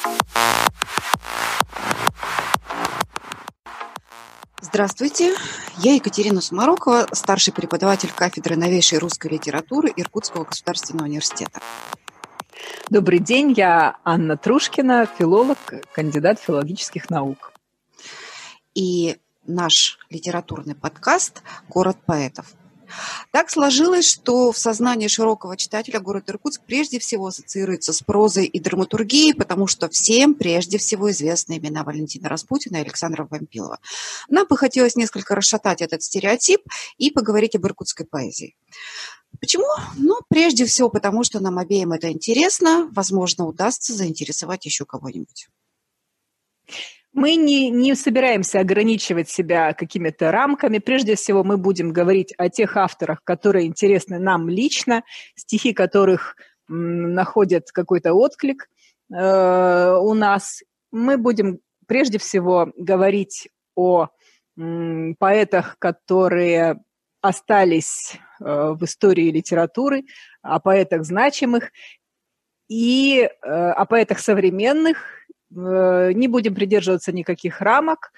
Здравствуйте, я Екатерина Сумарокова, старший преподаватель кафедры новейшей русской литературы Иркутского государственного университета. Добрый день, я Анна Трушкина, филолог, кандидат филологических наук. И наш литературный подкаст «Город поэтов». Так сложилось, что в сознании широкого читателя город Иркутск прежде всего ассоциируется с прозой и драматургией, потому что всем прежде всего известны имена Валентина Распутина и Александра Вампилова. Нам бы хотелось несколько расшатать этот стереотип и поговорить об иркутской поэзии. Почему? Прежде всего потому, что нам обеим это интересно, возможно, удастся заинтересовать еще кого-нибудь. Мы не собираемся ограничивать себя какими-то рамками. Прежде всего, мы будем говорить о тех авторах, которые интересны нам лично, стихи которых находят какой-то отклик у нас. Мы будем прежде всего говорить о поэтах, которые остались в истории литературы, о поэтах значимых и о поэтах современных. Не будем придерживаться никаких рамок.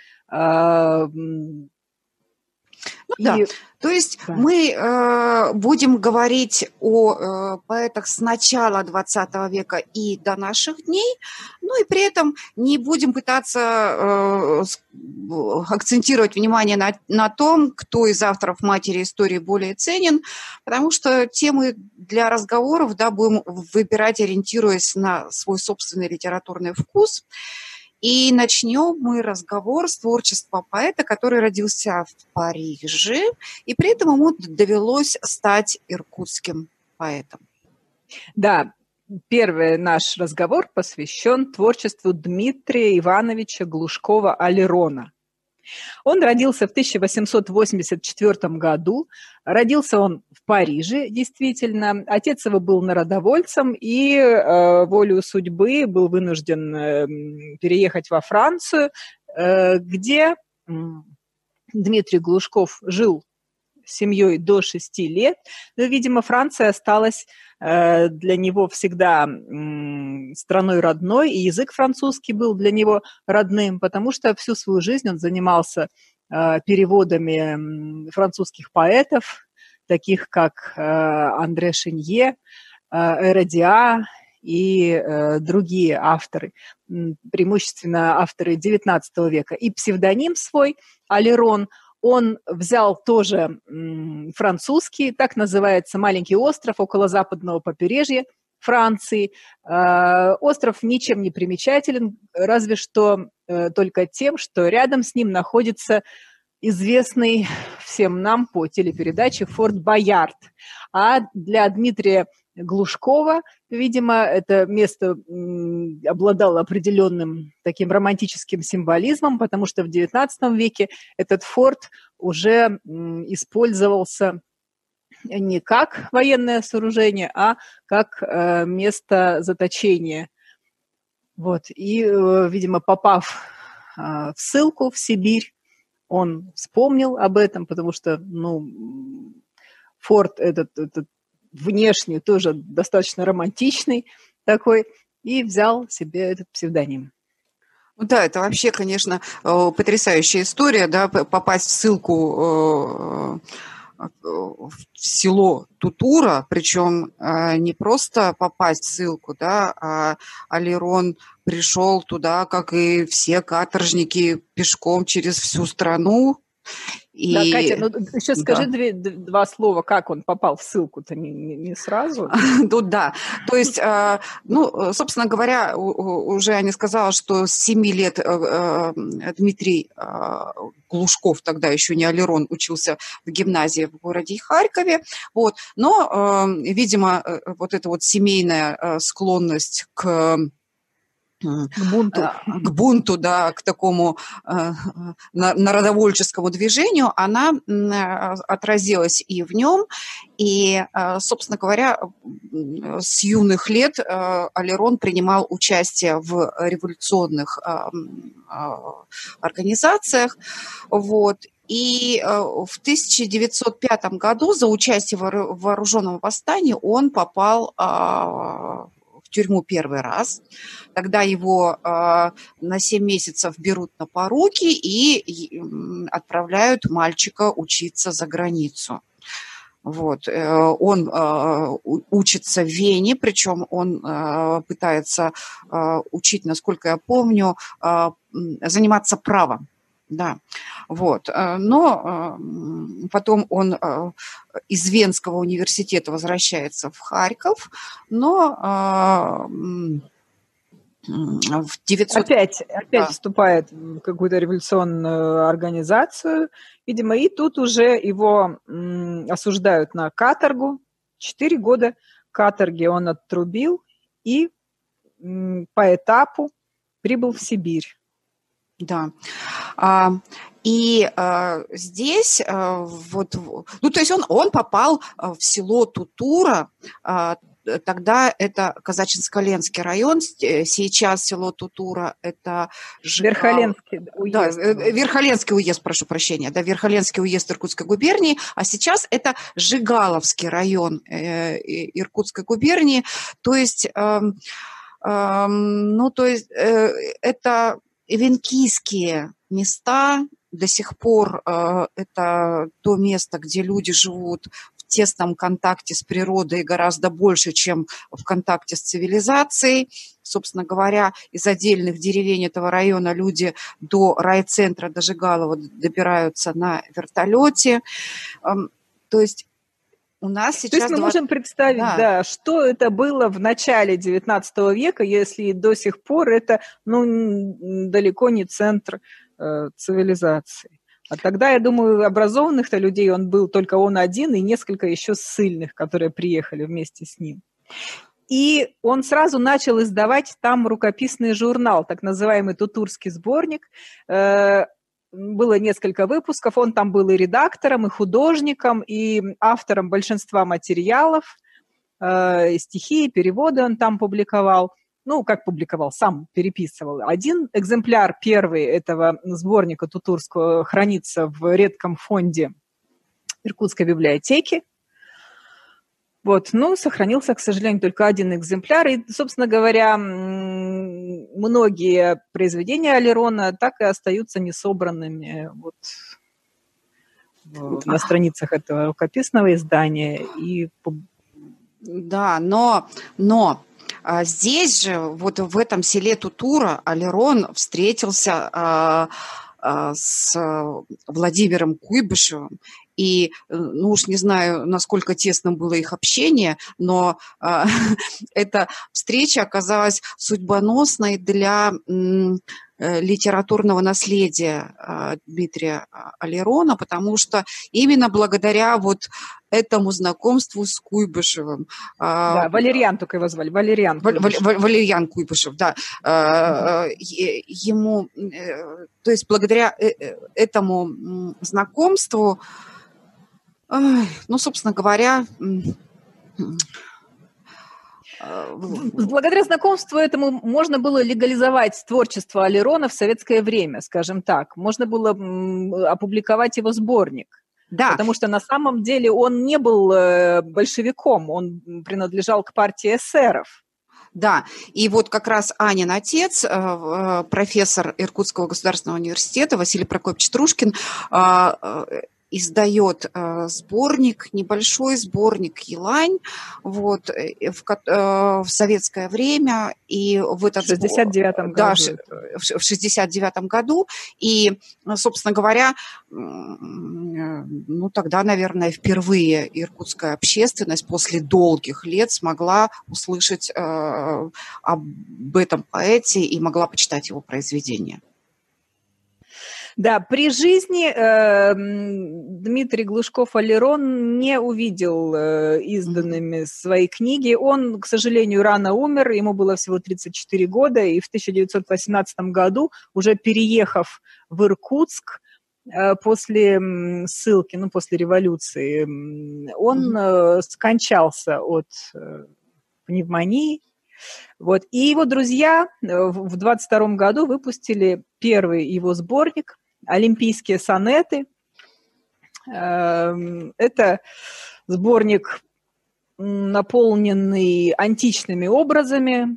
То есть мы будем говорить о поэтах с начала XX века и до наших дней, и при этом не будем пытаться акцентировать внимание на том, кто из авторов матери истории более ценен, потому что темы для разговоров будем выбирать, ориентируясь на свой собственный литературный вкус. И начнем мы разговор с творчества поэта, который родился в Париже, и при этом ему довелось стать иркутским поэтом. Да, первый наш разговор посвящен творчеству Дмитрия Ивановича Глушкова-Алерона. Он родился в 1884 году. Родился он в Париже, действительно. Отец его был народовольцем и волею судьбы был вынужден переехать во Францию, где Дмитрий Глушков жил с семьей до 6 лет. Но, видимо, Франция осталась для него всегда страной родной, и язык французский был для него родным, потому что всю свою жизнь он занимался переводами французских поэтов, таких как Андре Шинье, Эродиа и другие авторы, преимущественно авторы XIX века. И псевдоним свой, Алерон, он взял тоже французский, так называется маленький остров около западного побережья Франции. Остров ничем не примечателен, разве что только тем, что рядом с ним находится известный всем нам по телепередаче Форт Боярд. А для Дмитрия Глушкова, видимо, это место обладало определенным таким романтическим символизмом, потому что в XIX веке этот форт уже использовался не как военное сооружение, а как место заточения. И, видимо, попав в ссылку в Сибирь, он вспомнил об этом, потому что форт этот внешне тоже достаточно романтичный такой, и взял себе этот псевдоним. Да, это вообще, конечно, потрясающая история, попасть в ссылку в село Тутура, причем не просто попасть в ссылку, а Алерон пришел туда, как и все каторжники, пешком через всю страну. Да, Катя, еще скажи два слова, как он попал в ссылку-то, не сразу? Да, то есть, собственно говоря, уже я не сказала, что с 7 лет Дмитрий Глушков, тогда еще не Алерон, учился в гимназии в городе Харькове, но, видимо, вот эта вот семейная склонность к бунту, к такому народовольческому движению, она отразилась и в нем. И, собственно говоря, с юных лет Алерон принимал участие в революционных организациях. И в 1905 году за участие в вооруженном восстании он попал в тюрьму первый раз. Тогда его на 7 месяцев берут на поруки и отправляют мальчика учиться за границу. Вот. Он учится в Вене, причем он пытается учить, насколько я помню, заниматься правом. Да, вот. Но потом он из Венского университета возвращается в Харьков, но в 900... Опять вступает в какую-то революционную организацию, видимо, и тут уже его осуждают на каторгу. 4 года каторги он оттрубил и по этапу прибыл в Сибирь. Да. И здесь вот, ну, то есть он попал в село Тутура. Тогда это Казачинско-Ленский район, сейчас село Тутура – это Верхоленский уезд. Да, Верхоленский уезд, прошу прощения, да, Верхоленский уезд Иркутской губернии, а сейчас это Жигаловский район Иркутской губернии, то есть, это эвенкийские места, до сих пор это то место, где люди живут в тесном контакте с природой гораздо больше, чем в контакте с цивилизацией. Собственно говоря, из отдельных деревень этого района люди до райцентра, до Жигалова добираются на вертолете. То есть у нас сейчас... То есть мы можем представить, да, что это было в начале XIX века, если до сих пор это далеко не центр цивилизации. А тогда, я думаю, образованных-то людей он был только он один и несколько еще ссыльных, которые приехали вместе с ним. И он сразу начал издавать там рукописный журнал, так называемый «Тутурский сборник». Было несколько выпусков, он там был и редактором, и художником, и автором большинства материалов, и стихи, и переводы он там публиковал. Ну, как публиковал, сам переписывал. Один экземпляр первый этого сборника Тутурского хранится в редком фонде Иркутской библиотеки. Вот, сохранился, к сожалению, только один экземпляр. И, собственно говоря, многие произведения Алерона так и остаются несобранными на страницах этого рукописного издания. Да, но здесь же, вот в этом селе Тутура, Алерон встретился с Владимиром Куйбышевым. И, уж не знаю, насколько тесным было их общение, но эта встреча оказалась судьбоносной для литературного наследия Дмитрия Алерона, потому что именно благодаря вот этому знакомству с Куйбышевым. Да, Валерьян только его звали, Валерьян Куйбышев. Валерьян Куйбышев, да. Ему, то есть благодаря этому знакомству, собственно говоря... Благодаря знакомству этому можно было легализовать творчество Алерона в советское время, скажем так. Можно было опубликовать его сборник. Да. Потому что на самом деле он не был большевиком, он принадлежал к партии эсеров. Да, и вот как раз Анин отец, профессор Иркутского государственного университета Василий Прокопьевич Трушкин, издает сборник, небольшой сборник «Елань» в советское время. И в этот... В 69-м году. Да, в 69-м году. И, собственно говоря, тогда, наверное, впервые иркутская общественность после долгих лет смогла услышать об этом поэте и могла почитать его произведения. Да, при жизни Дмитрий Глушков-Алерон не увидел изданными свои книги. Он, к сожалению, рано умер, ему было всего 34 года, и в 1918 году, уже переехав в Иркутск после ссылки, после революции, он скончался от пневмонии. Вот. И его друзья в 22 году выпустили первый его сборник «Олимпийские сонеты». Это сборник наполненный античными образами,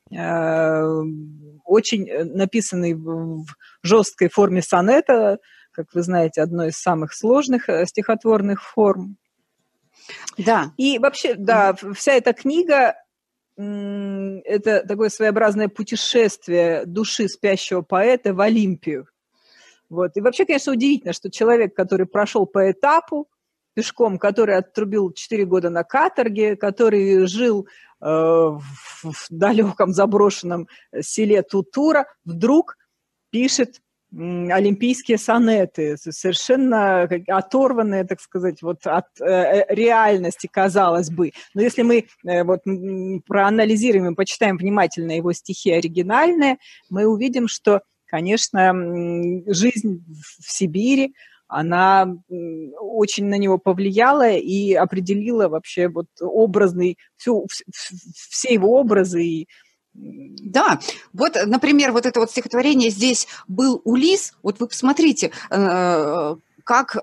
очень написанный в жесткой форме сонета, как вы знаете, одной из самых сложных стихотворных форм. Да. И вообще, да, вся эта книга – это такое своеобразное путешествие души спящего поэта в Олимпию. Вот. И вообще, конечно, удивительно, что человек, который прошел по этапу пешком, который отрубил 4 года на каторге, который жил в далеком заброшенном селе Тутура, вдруг пишет олимпийские сонеты, совершенно оторванные, так сказать, вот от реальности, казалось бы. Но если мы вот проанализируем и почитаем внимательно его стихи оригинальные, мы увидим, что, конечно, жизнь в Сибири, она очень на него повлияла и определила вообще вот образный, все его образы. Да, вот, например, вот это вот стихотворение «Здесь был Улисс», вот вы посмотрите, как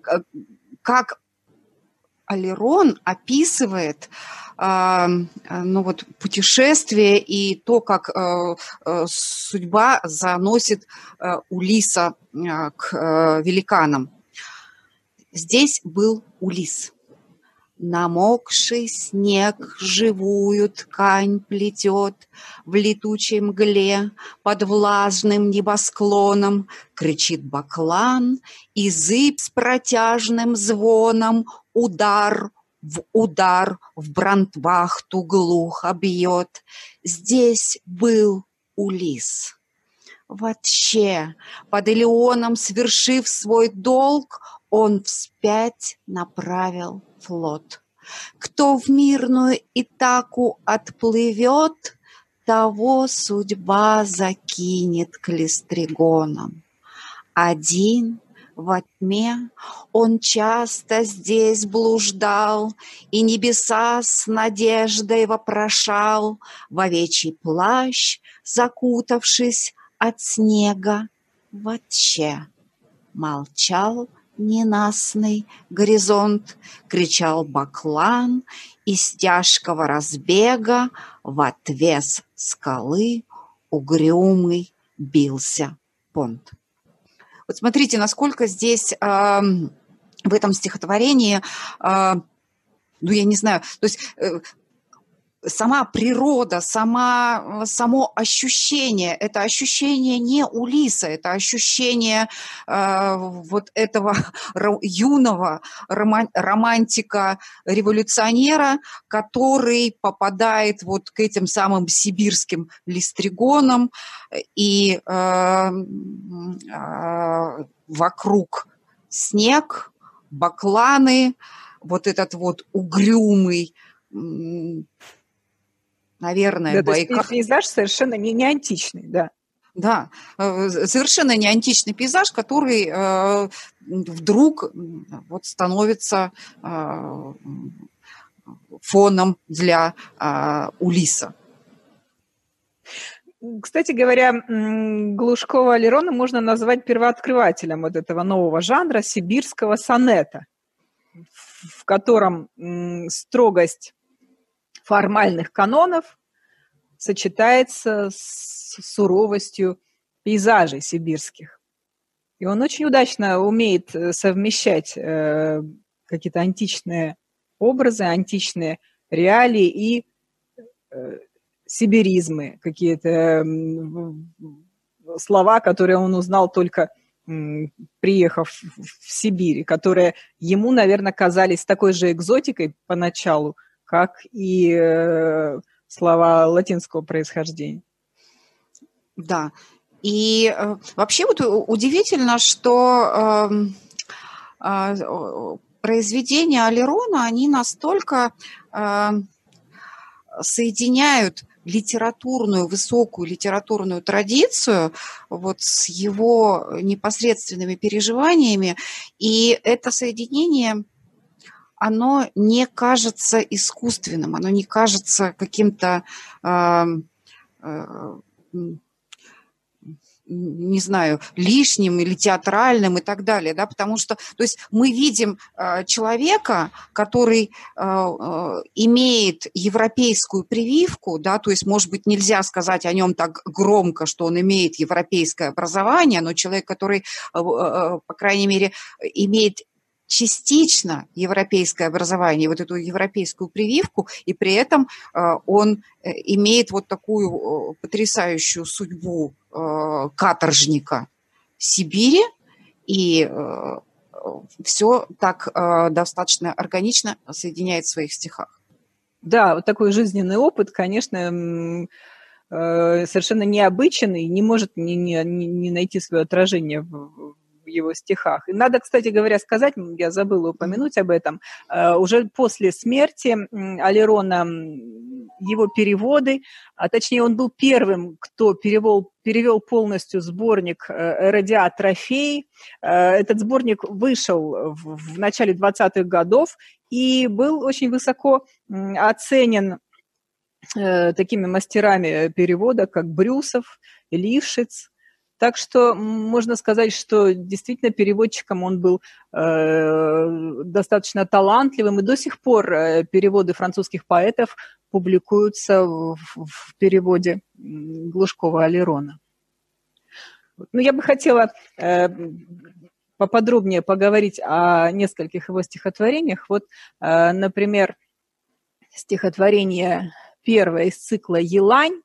Алерон описывает ну вот, путешествие и то, как судьба заносит Улисса к великанам. Здесь был Улисс. Намокший снег живую ткань плетет, в летучей мгле под влажным небосклоном кричит баклан, и зыбь с протяжным звоном удар в брандвахту глухо бьет. Здесь был Улисс. Вообще, под Илионом, свершив свой долг, он вспять направил флот. Кто в мирную Итаку отплывет, того судьба закинет к Листригонам. Один во тьме он часто здесь блуждал, и небеса с надеждой вопрошал, в овечий плащ закутавшись от снега. Вообще молчал ненастный горизонт, кричал баклан, и с тяжкого разбега в отвес скалы угрюмый бился понт. Вот смотрите, насколько здесь в этом стихотворении, ну, я не знаю, то есть сама природа, само ощущение, это ощущение не Улисса, это ощущение вот этого юного романтика-революционера, который попадает вот к этим самым сибирским листригонам, и вокруг снег, бакланы, вот этот вот угрюмый, наверное, да, Байкал. То есть пейзаж совершенно не античный, да. Да, совершенно не античный пейзаж, который вдруг вот становится фоном для Улисса. Кстати говоря, Глушкова-Алерона можно назвать первооткрывателем вот этого нового жанра сибирского сонета, в котором строгость формальных канонов сочетается с суровостью пейзажей сибирских. И он очень удачно умеет совмещать какие-то античные образы, античные реалии и сибиризмы, какие-то слова, которые он узнал только приехав в Сибирь, которые ему, наверное, казались такой же экзотикой поначалу, как и слова латинского происхождения. Да. И вообще вот удивительно, что произведения Алерона, они настолько соединяют высокую литературную традицию вот с его непосредственными переживаниями, и это соединение, оно не кажется искусственным, оно не кажется каким-то не знаю, лишним или театральным и так далее, да, потому что, то есть мы видим человека, который имеет европейскую прививку, да, то есть, может быть, нельзя сказать о нем так громко, что он имеет европейское образование, но человек, который, по крайней мере, имеет частично европейское образование, вот эту европейскую прививку, и при этом он имеет вот такую потрясающую судьбу каторжника Сибири, и все так достаточно органично соединяет в своих стихах. Да, вот такой жизненный опыт, конечно, совершенно необычный, не может не найти свое отражение в его стихах. И надо, кстати говоря, сказать, я забыла упомянуть об этом, уже после смерти Алерона его переводы, а точнее он был первым, кто перевел полностью сборник «Эродиа. Трофей». Этот сборник вышел в начале 20-х годов и был очень высоко оценен такими мастерами перевода, как Брюсов, Лившиц. Так что можно сказать, что действительно переводчиком он был достаточно талантливым, и до сих пор переводы французских поэтов публикуются в переводе Глушкова-Алерона. Ну, я бы хотела поподробнее поговорить о нескольких его стихотворениях. Вот, например, стихотворение первое из цикла «Елань».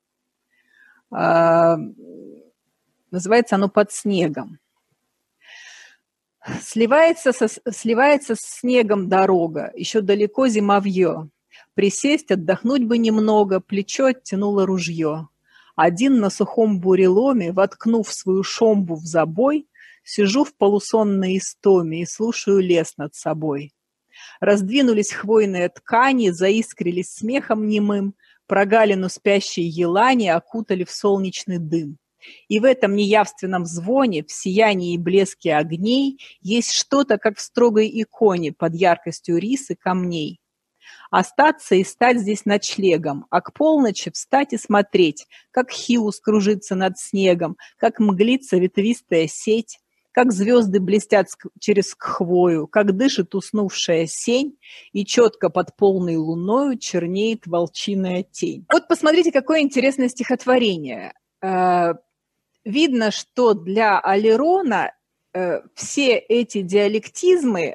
Называется оно «Под снегом». Сливается с снегом дорога, еще далеко зимовье. Присесть, отдохнуть бы немного, плечо оттянуло ружье. Один на сухом буреломе, воткнув свою шомбу в забой, сижу в полусонной истоме и слушаю лес над собой. Раздвинулись хвойные ткани, заискрились смехом немым, прогалину спящей елани окутали в солнечный дым. И в этом неявственном звоне, в сиянии и блеске огней есть что-то, как в строгой иконе под яркостью рис и камней. Остаться и стать здесь ночлегом, а к полночи встать и смотреть, как хиус кружится над снегом, как мглится ветвистая сеть, как звезды блестят через хвою, как дышит уснувшая сень, и четко под полной луною чернеет волчиная тень. Вот посмотрите, какое интересное стихотворение. Видно, что для Алерона все эти диалектизмы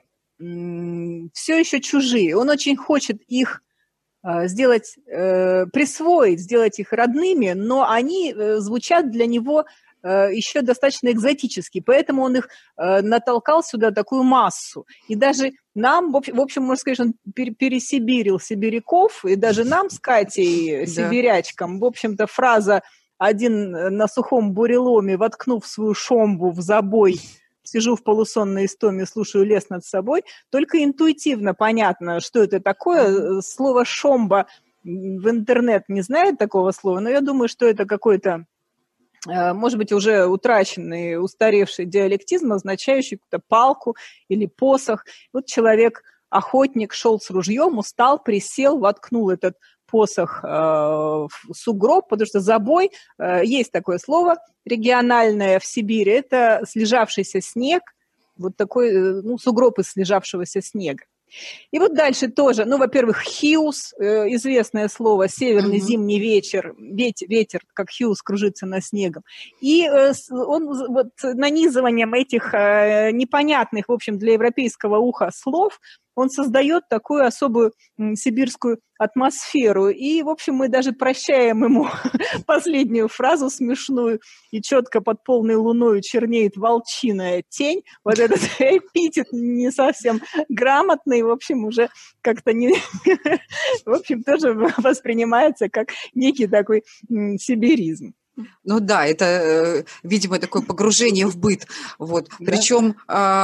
все еще чужие. Он очень хочет их сделать, присвоить, сделать их родными, но они звучат для него еще достаточно экзотически, поэтому он их натолкал сюда такую массу. И даже нам, в общем, можно сказать, он пересибирил сибиряков, и даже нам с Катей, сибирячкам, в общем-то, фраза «один на сухом буреломе, воткнув свою шомбу в забой, сижу в полусонной истоме, слушаю лес над собой», только интуитивно понятно, что это такое. Слово «шомба» в интернет не знает такого слова, но я думаю, что это какой-то, может быть, уже утраченный, устаревший диалектизм, означающий какую-то палку или посох. Вот человек, охотник, шел с ружьем, устал, присел, воткнул этот посох в сугроб, потому что забой, есть такое слово региональное в Сибири, это слежавшийся снег, вот такой, сугроб из слежавшегося снега. И вот дальше тоже, во-первых, хиус, известное слово, северный зимний вечер, ветер, как хиус, кружится над снегом. И он вот нанизыванием этих непонятных, в общем, для европейского уха слов, он создает такую особую сибирскую атмосферу. И, в общем, мы даже прощаем ему последнюю фразу смешную: «И четко под полной луною чернеет волчиная тень». Вот этот эпитет не совсем грамотный, в общем, уже как-то не... В общем, тоже воспринимается как некий такой сибиризм. Ну да, это, видимо, такое погружение в быт. Вот. Да. Причем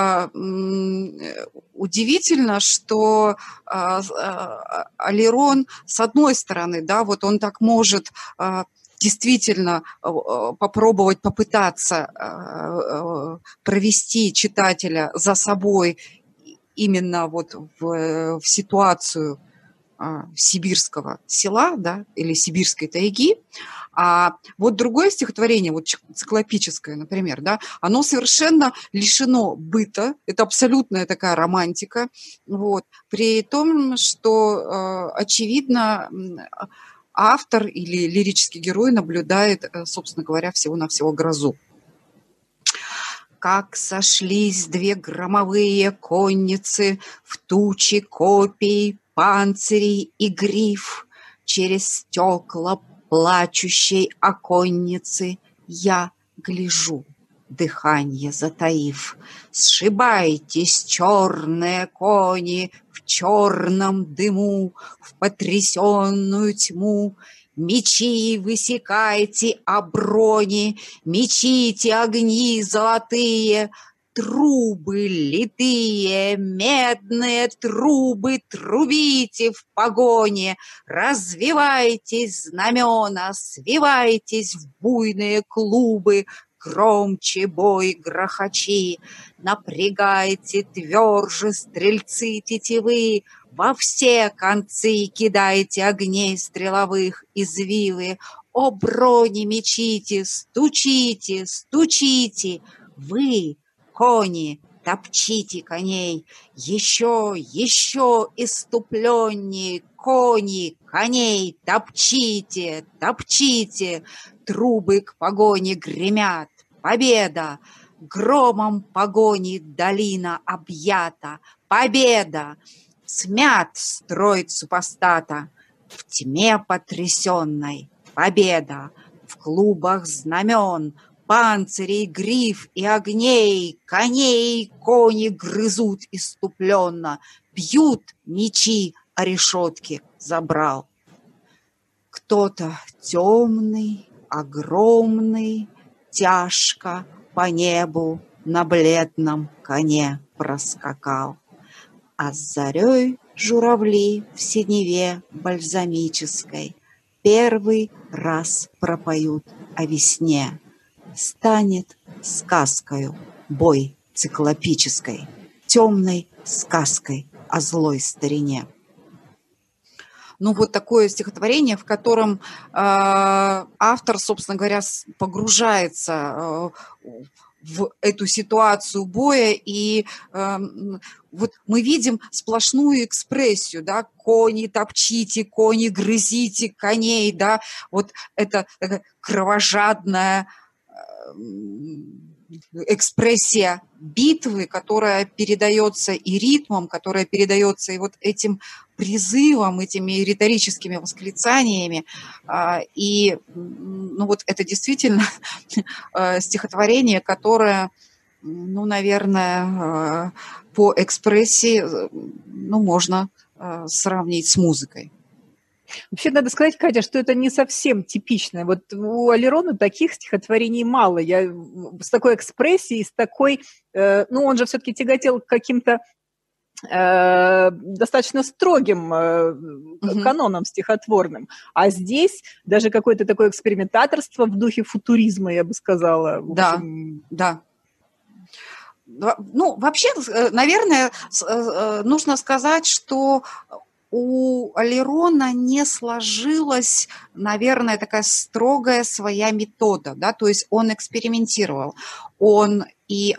удивительно, что Алерон, с одной стороны, да, вот он так может действительно попытаться провести читателя за собой именно вот в ситуацию сибирского села, да, или сибирской тайги. А вот другое стихотворение, вот циклопическое, например, да, оно совершенно лишено быта, это абсолютная такая романтика, вот, при том, что, очевидно, автор или лирический герой наблюдает, собственно говоря, всего-навсего грозу. Как сошлись две громовые конницы в тучи копий, панцирей и гриф, через стекла плачущей оконницы я гляжу, дыханье затаив. Сшибайтесь, черные кони, в черном дыму, в потрясенную тьму. Мечи высекайте оброни, мечите огни золотые, трубы литые, медные трубы трубите в погоне, развивайтесь, знамена, свивайтесь в буйные клубы, громче бой грохочи, напрягайте тверже стрельцы тетивы, во все концы кидайте огней стреловых извивы, о брони мечите, стучите, стучите, вы, кони, топчите коней, еще иступленнее, кони, коней, топчите, топчите, трубы к погоне гремят, победа, громом погони долина объята, победа, смят строй супостата, в тьме потрясенной победа, в клубах знамен, панцирей, гриф и огней, коней кони грызут иступленно, бьют мечи о решетки забрал. Кто-то темный, огромный, тяжко по небу на бледном коне проскакал. А с зарей журавли в синеве бальзамической первый раз пропоют о весне. Станет сказкою бой циклопической, темной сказкой о злой старине. Ну, вот такое стихотворение, в котором автор, собственно говоря, погружается в эту ситуацию боя, и вот мы видим сплошную экспрессию, да, кони топчите, кони грызите коней, да, вот это кровожадная экспрессия битвы, которая передается и ритмом, которая передается и вот этим призывом, этими риторическими восклицаниями. И ну, вот это действительно стихотворение, которое, ну, наверное, по экспрессии, ну, можно сравнить с музыкой. Вообще, надо сказать, Катя, что это не совсем типичное. Вот у Алерона таких стихотворений мало. Я с такой экспрессией, с такой... ну, он же все-таки тяготел к каким-то достаточно строгим канонам стихотворным. А здесь даже какое-то такое экспериментаторство в духе футуризма, я бы сказала. Да, общем... да. Ну, вообще, наверное, нужно сказать, что у Алерона не сложилась, наверное, такая строгая своя метода, да, то есть он экспериментировал, он и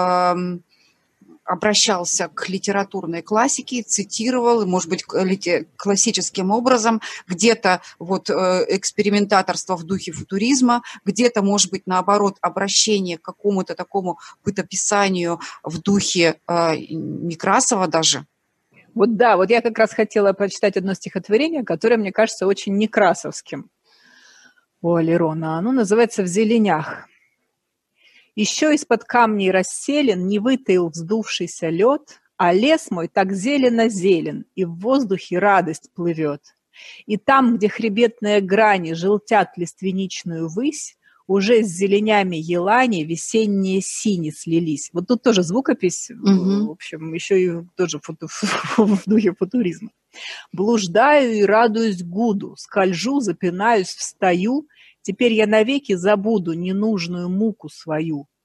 обращался к литературной классике, цитировал, может быть, классическим образом, где-то вот экспериментаторство в духе футуризма, где-то, может быть, наоборот, обращение к какому-то такому бытописанию в духе Некрасова даже. Вот да, вот я как раз хотела прочитать одно стихотворение, которое, мне кажется, очень некрасовским у Алерона. Оно называется «В зеленях». «Еще из-под камней расселен, не вытаил вздувшийся лед, а лес мой так зелено-зелен, и в воздухе радость плывет. И там, где хребетные грани желтят лиственничную высь, уже с зеленями елани весенние сини слились». Вот тут тоже звукопись, в общем, еще и тоже в духе футуризма. «Блуждаю и радуюсь гуду, скольжу, запинаюсь, встаю, теперь я навеки забуду ненужную муку свою.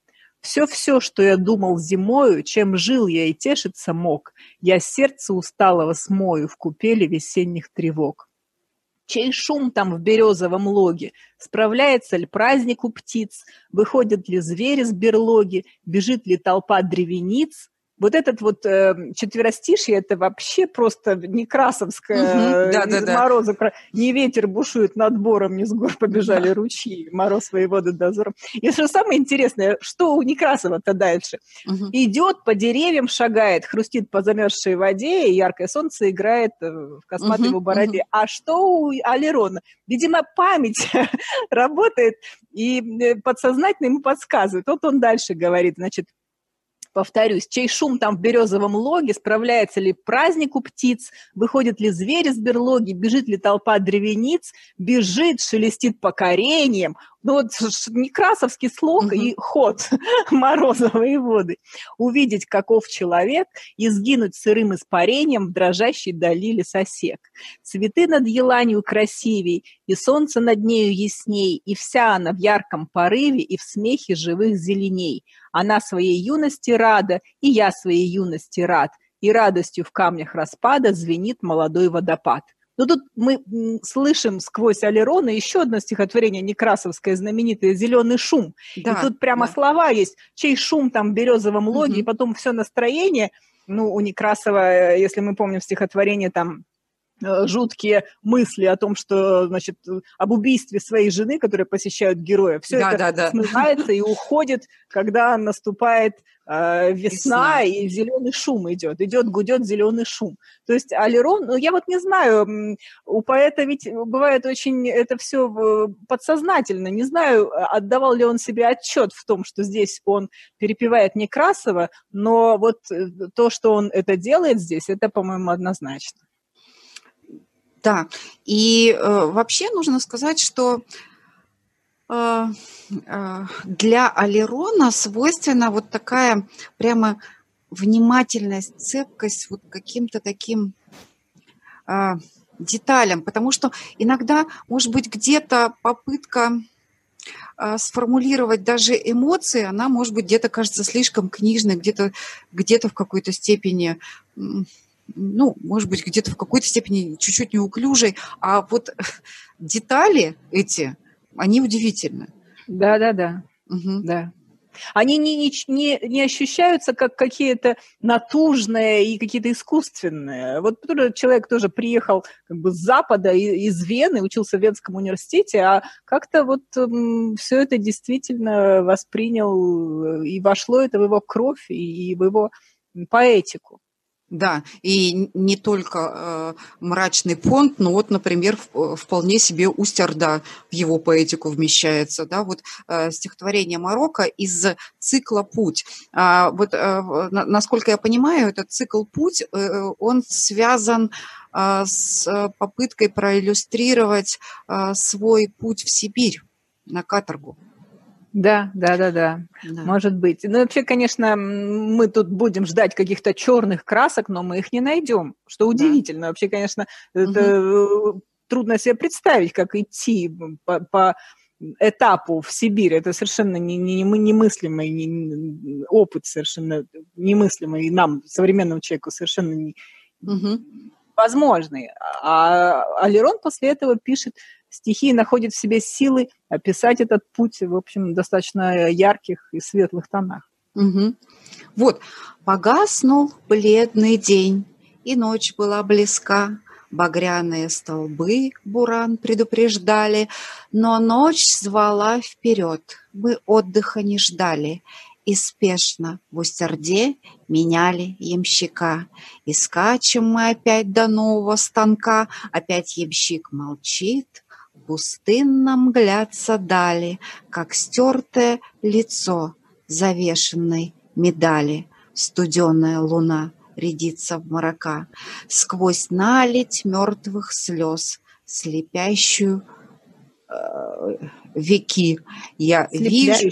Все, что я думал зимою, чем жил я и тешиться мог, я сердце усталого смою в купели весенних тревог. Чей шум там в березовом логе? Справляется ли праздник у птиц? Выходят ли звери с берлоги? Бежит ли толпа древениц? Вот этот вот четверостишье, это вообще просто некрасовское, из мороза. Не ветер бушует над бором, не с гор побежали ручьи, мороз воеводы дозором. И что самое интересное, что у Некрасова-то дальше? Идет, по деревьям шагает, хрустит по замерзшей воде, и яркое солнце играет в косматой его бороде. А что у Алерона? Видимо, память работает, и подсознательно ему подсказывает. Вот он дальше говорит, значит, повторюсь, чей шум там в березовом логе, справляется ли праздник у птиц, выходят ли звери с берлоги, бежит ли толпа древениц, бежит, шелестит по кореньям. Ну вот некрасовский слог и ход Мороза воеводы. Увидеть, каков человек, и сгинуть сырым испарением в дрожащей дали лесосек. Цветы над еланью красивей, и солнце над нею ясней, и вся она в ярком порыве и в смехе живых зеленей. Она своей юности рада, и я своей юности рад, и радостью в камнях распада звенит молодой водопад. Но тут мы слышим сквозь Алерона еще одно стихотворение некрасовское, знаменитое «Зеленый шум». Да, и тут прямо слова есть, чей шум там в березовом логе, и потом все настроение. Ну, у Некрасова, если мы помним стихотворение, там жуткие мысли о том, что, значит, об убийстве своей жены, которые посещают героя. Все это смывается и уходит, когда наступает весна, и зеленый шум идет. Гудет зеленый шум. То есть Алерон, ну, я вот не знаю, у поэта ведь бывает очень это все подсознательно. Не знаю, отдавал ли он себе отчет в том, что здесь он перепевает Некрасова, но вот то, что он это делает здесь, это, по-моему, однозначно. Да, и вообще нужно сказать, что для Алерона свойственна вот такая прямо внимательность, цепкость вот к каким-то таким деталям, потому что иногда, может быть, где-то попытка сформулировать даже эмоции, она, может быть, где-то кажется слишком книжной, где-то в какой-то степени... ну, может быть, где-то в какой-то степени чуть-чуть неуклюжей, а вот детали эти, они удивительны. Да. Да. Они не ощущаются как какие-то натужные и какие-то искусственные. Вот человек тоже приехал как бы с Запада, из Вены, учился в Венском университете, а как-то вот все это действительно воспринял, и вошло это в его кровь, и в его поэтику. Да, и не только мрачный понт, но вот, например, вполне себе Усть-Орда в его поэтику вмещается. Да? Вот стихотворение Марокко из цикла «Путь». Вот, насколько я понимаю, этот цикл «Путь», он связан с попыткой проиллюстрировать свой путь в Сибирь на каторгу. Да, может быть. Ну, вообще, конечно, мы тут будем ждать каких-то черных красок, но мы их не найдем, что удивительно. Вообще, конечно, это трудно себе представить, как идти по этапу в Сибирь. Это совершенно немыслимый опыт, совершенно немыслимый, и нам, современному человеку, совершенно невозможный. А Алерон после этого пишет стихи, находит в себе силы описать этот путь, в общем, достаточно ярких и светлых тонах. Вот, погаснул бледный день, и ночь была близка. Багряные столбы буран предупреждали, но ночь звала вперед, мы отдыха не ждали. И спешно в Усть-Орде меняли ямщика. И скачем мы опять до нового станка, опять ямщик молчит. Пустынно мглятся дали, как стертое лицо завешенной медали. Студеная луна рядится в мрака, сквозь наледь мертвых слез, слепящую веки. Я вижу...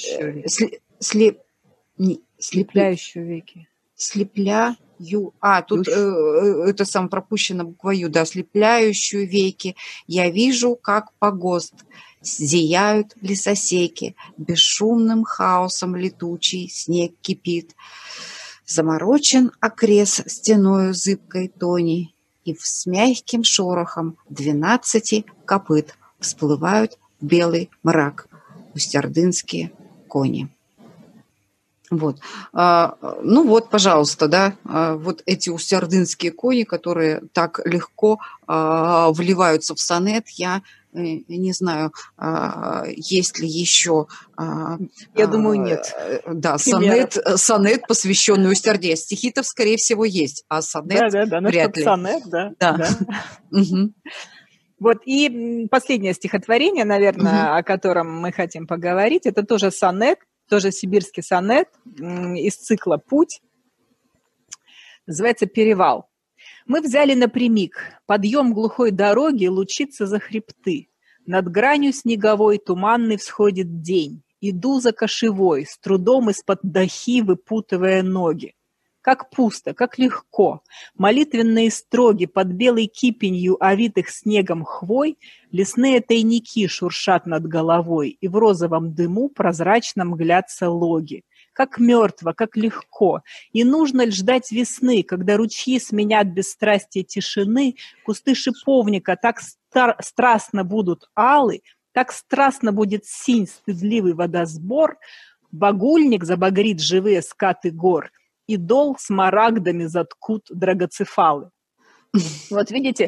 Слепляющую веки. Слепляю... тут это сам пропущено буква Ю, да, слепляющую веки. Я вижу, как погост зияют лесосеки, бесшумным хаосом летучий снег кипит. Заморочен окрест стеною зыбкой тони, и с мягким шорохом 12 копыт всплывают в белый мрак устьярдынские кони. Вот. Ну вот, пожалуйста, да, вот эти устьярдынские кони, которые так легко вливаются в сонет, я не знаю, есть ли еще... Я думаю, нет. Да, сонет, посвященный Устьярде. Стихи-то, скорее всего, есть, а сонет вряд ли. Сонет, да. Вот, и последнее стихотворение, наверное, о котором мы хотим поговорить, это тоже сонет, тоже сибирский сонет из цикла «Путь». Называется «Перевал». Мы взяли напрямик, подъем глухой дороги лучится за хребты. Над гранью снеговой туманный всходит день. Иду за кошевой, с трудом из-под дахи выпутывая ноги. Как пусто, как легко. Молитвенные строги под белой кипенью овитых снегом хвой, лесные тайники шуршат над головой, и в розовом дыму прозрачно мглятся логи. Как мертво, как легко. И нужно ли ждать весны, когда ручьи сменят бесстрастие тишины, кусты шиповника так страстно будут алы, так страстно будет синь стыдливый водосбор, багульник забагрит живые скаты гор, и дол смарагдами заткут драгоцефалы. Вот видите,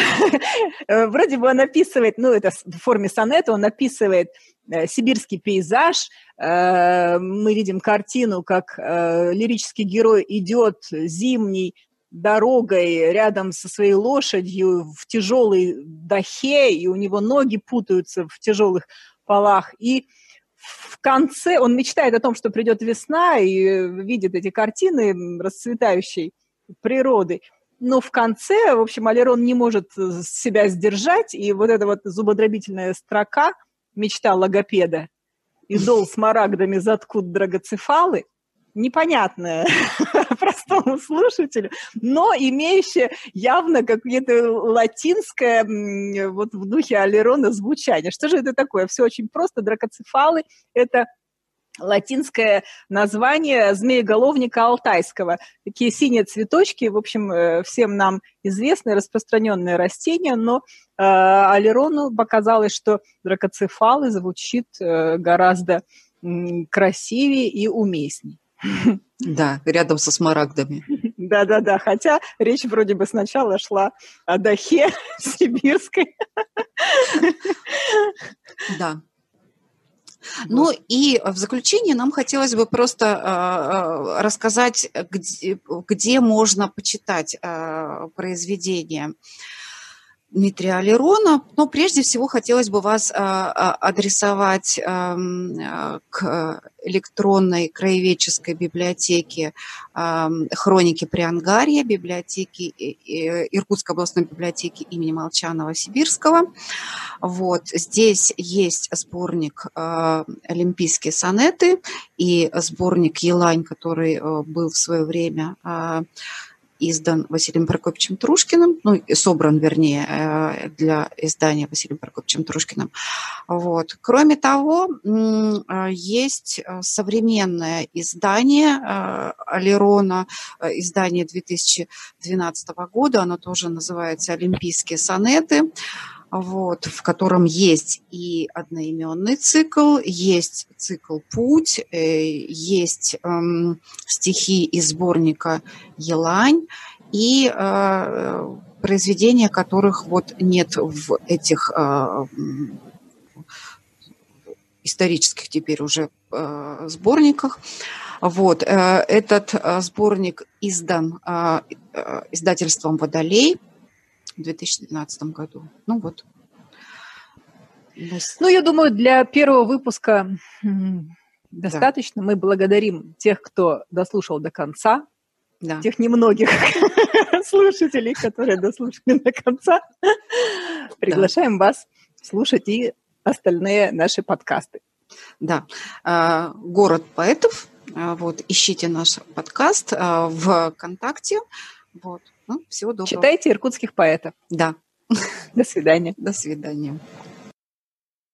вроде бы он описывает, ну это в форме сонета, он описывает сибирский пейзаж, мы видим картину, как лирический герой идет зимней дорогой рядом со своей лошадью в тяжелой дахе, и у него ноги путаются в тяжелых полах, и в конце он мечтает о том, что придет весна, и видит эти картины расцветающей природы. Но в конце, в общем, Алерон не может себя сдержать, и вот эта вот зубодробительная строка «Мечта логопеда» и «Дол смарагдами заткут драгоцефалы» непонятная простому слушателю, но имеющая явно какое-то латинское вот в духе Алерона звучание. Что же это такое? Все очень просто. Драгоцефалы – это латинское название змееголовника алтайского. Такие синие цветочки, в общем, всем нам известное, распространенное растение, но Алерону показалось, что дракоцефалы звучит гораздо красивее и уместней. Да, рядом со смарагдами. Да, хотя речь вроде бы сначала шла о дахе сибирской. Да. Ну и в заключение нам хотелось бы просто рассказать, где можно почитать произведения Дмитрия Алерона. Но прежде всего хотелось бы вас адресовать к электронной краеведческой библиотеке «Хроники Приангарья», библиотеки Иркутской областной библиотеки имени Молчанова-Сибирского. Вот. Здесь есть сборник «Олимпийские сонеты» и сборник «Елань», который был в свое время издан Василием Прокопьевичем Трушкиным, ну, собран, вернее, для издания Василием Прокопьевичем Трушкиным. Вот. Кроме того, есть современное издание Алерона, издание 2012 года, оно тоже называется «Олимпийские сонеты», вот, в котором есть и одноименный цикл, есть цикл «Путь», есть стихи из сборника «Елань» и произведения, которых вот нет в этих исторических теперь уже сборниках. Вот, этот сборник издан издательством «Водолей» в 2012 году. Ну вот. Ну, я думаю, для первого выпуска достаточно. Да. Мы благодарим тех, кто дослушал до конца, да. Тех немногих слушателей, которые дослушали до конца. Приглашаем вас слушать и остальные наши подкасты. Да. «Город поэтов». Вот, ищите наш подкаст в ВКонтакте. Вот. Ну, всего доброго. Читайте иркутских поэтов. Да. До свидания. До свидания.